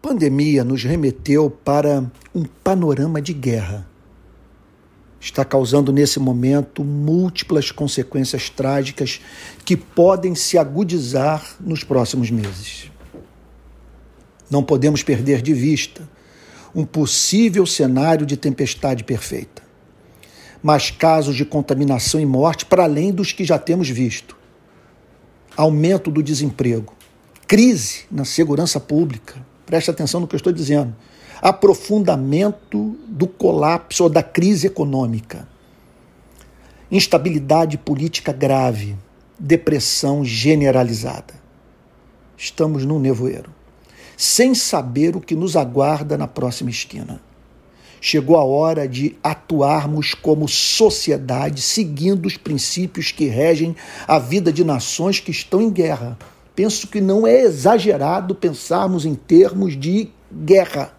pandemia nos remeteu para um panorama de guerra. Está causando nesse momento múltiplas consequências trágicas que podem se agudizar nos próximos meses. Não podemos perder de vista um possível cenário de tempestade perfeita, mas casos de contaminação e morte para além dos que já temos visto. Aumento do desemprego, crise na segurança pública, preste atenção no que eu estou dizendo, aprofundamento do colapso ou da crise econômica, instabilidade política grave, depressão generalizada. Estamos num nevoeiro, sem saber o que nos aguarda na próxima esquina. Chegou a hora de atuarmos como sociedade, seguindo os princípios que regem a vida de nações que estão em guerra. Penso que não é exagerado pensarmos em termos de guerra,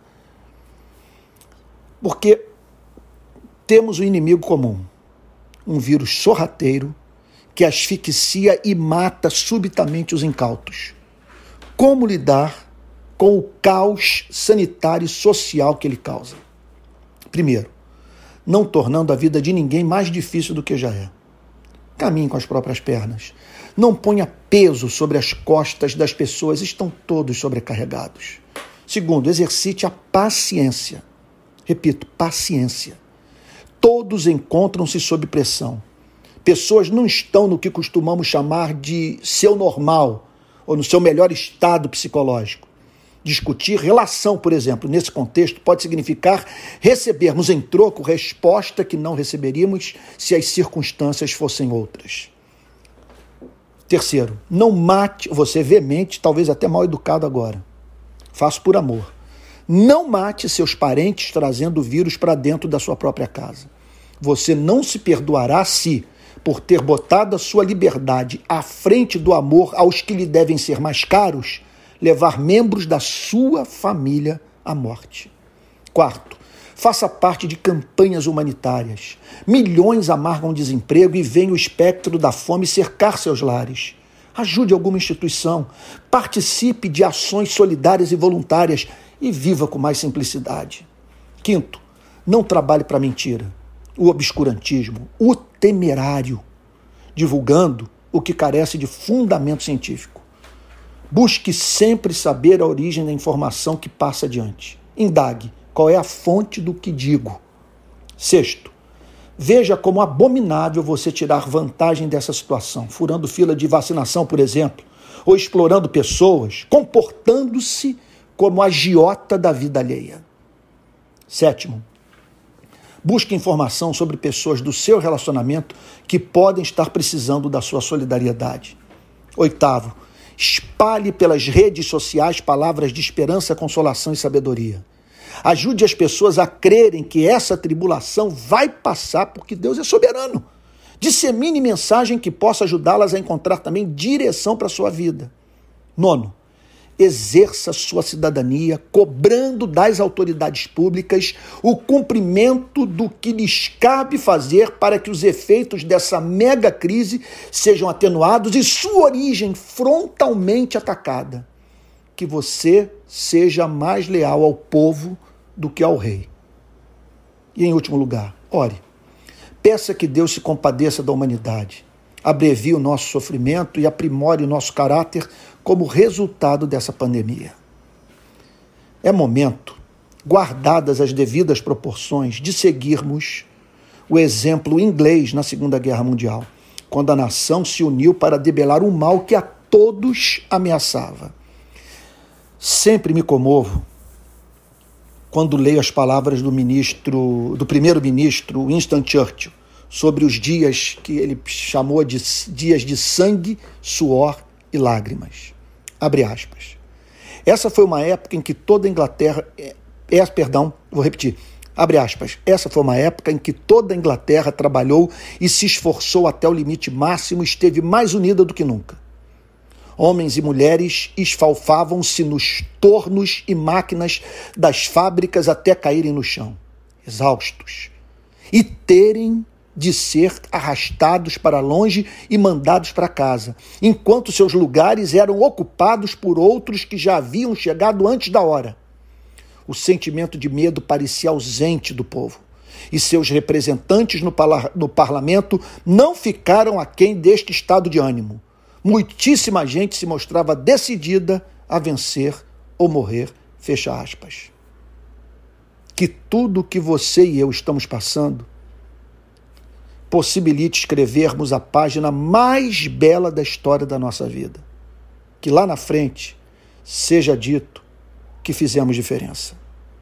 porque temos um inimigo comum, um vírus sorrateiro que asfixia e mata subitamente os incautos. Como lidar com o caos sanitário e social que ele causa? Primeiro, não tornando a vida de ninguém mais difícil do que já é. Caminhe com as próprias pernas. Não ponha peso sobre as costas das pessoas, estão todos sobrecarregados. Segundo, exercite a paciência. Repito, paciência. Todos encontram-se sob pressão. Pessoas não estão no que costumamos chamar de seu normal ou no seu melhor estado psicológico. Discutir relação, por exemplo, nesse contexto pode significar recebermos em troco resposta que não receberíamos se as circunstâncias fossem outras. Terceiro, não mate, você veemente, talvez até mal educado agora. Faço por amor. Não mate seus parentes trazendo o vírus para dentro da sua própria casa. Você não se perdoará se, por ter botado a sua liberdade à frente do amor aos que lhe devem ser mais caros, levar membros da sua família à morte. Quarto, faça parte de campanhas humanitárias. Milhões amargam desemprego e vem o espectro da fome cercar seus lares. Ajude alguma instituição, participe de ações solidárias e voluntárias e viva com mais simplicidade. Quinto, não trabalhe para a mentira, o obscurantismo, o temerário, divulgando o que carece de fundamento científico. Busque sempre saber a origem da informação que passa adiante. Indague qual é a fonte do que digo. Sexto, veja como abominável você tirar vantagem dessa situação, furando fila de vacinação, por exemplo, ou explorando pessoas, comportando-se como agiota da vida alheia. Sétimo, busque informação sobre pessoas do seu relacionamento que podem estar precisando da sua solidariedade. Oitavo, espalhe pelas redes sociais palavras de esperança, consolação e sabedoria. Ajude as pessoas a crerem que essa tribulação vai passar porque Deus é soberano. Dissemine mensagem que possa ajudá-las a encontrar também direção para a sua vida. Nono, exerça sua cidadania, cobrando das autoridades públicas o cumprimento do que lhes cabe fazer para que os efeitos dessa mega crise sejam atenuados e sua origem frontalmente atacada. Que você seja mais leal ao povo do que ao rei. E em último lugar, ore. Peça que Deus se compadeça da humanidade, abrevie o nosso sofrimento e aprimore o nosso caráter como resultado dessa pandemia. É momento, guardadas as devidas proporções, de seguirmos o exemplo inglês na Segunda Guerra Mundial, quando a nação se uniu para debelar um mal que a todos ameaçava. Sempre me comovo quando leio as palavras do primeiro-ministro Winston Churchill sobre os dias que ele chamou de dias de sangue, suor e lágrimas. Abre aspas. Essa foi uma época em que toda a Inglaterra... vou repetir. Abre aspas. Essa foi uma época em que toda a Inglaterra trabalhou e se esforçou até o limite máximo e esteve mais unida do que nunca. Homens e mulheres esfalfavam-se nos tornos e máquinas das fábricas até caírem no chão, exaustos, e terem de ser arrastados para longe e mandados para casa, enquanto seus lugares eram ocupados por outros que já haviam chegado antes da hora. o sentimento de medo parecia ausente do povo. E seus representantes no parlamento não ficaram aquém deste estado de ânimo. Muitíssima gente se mostrava decidida a vencer ou morrer, fecha aspas. Que tudo o que você e eu estamos passando possibilite escrevermos a página mais bela da história da nossa vida. Que lá na frente seja dito que fizemos diferença.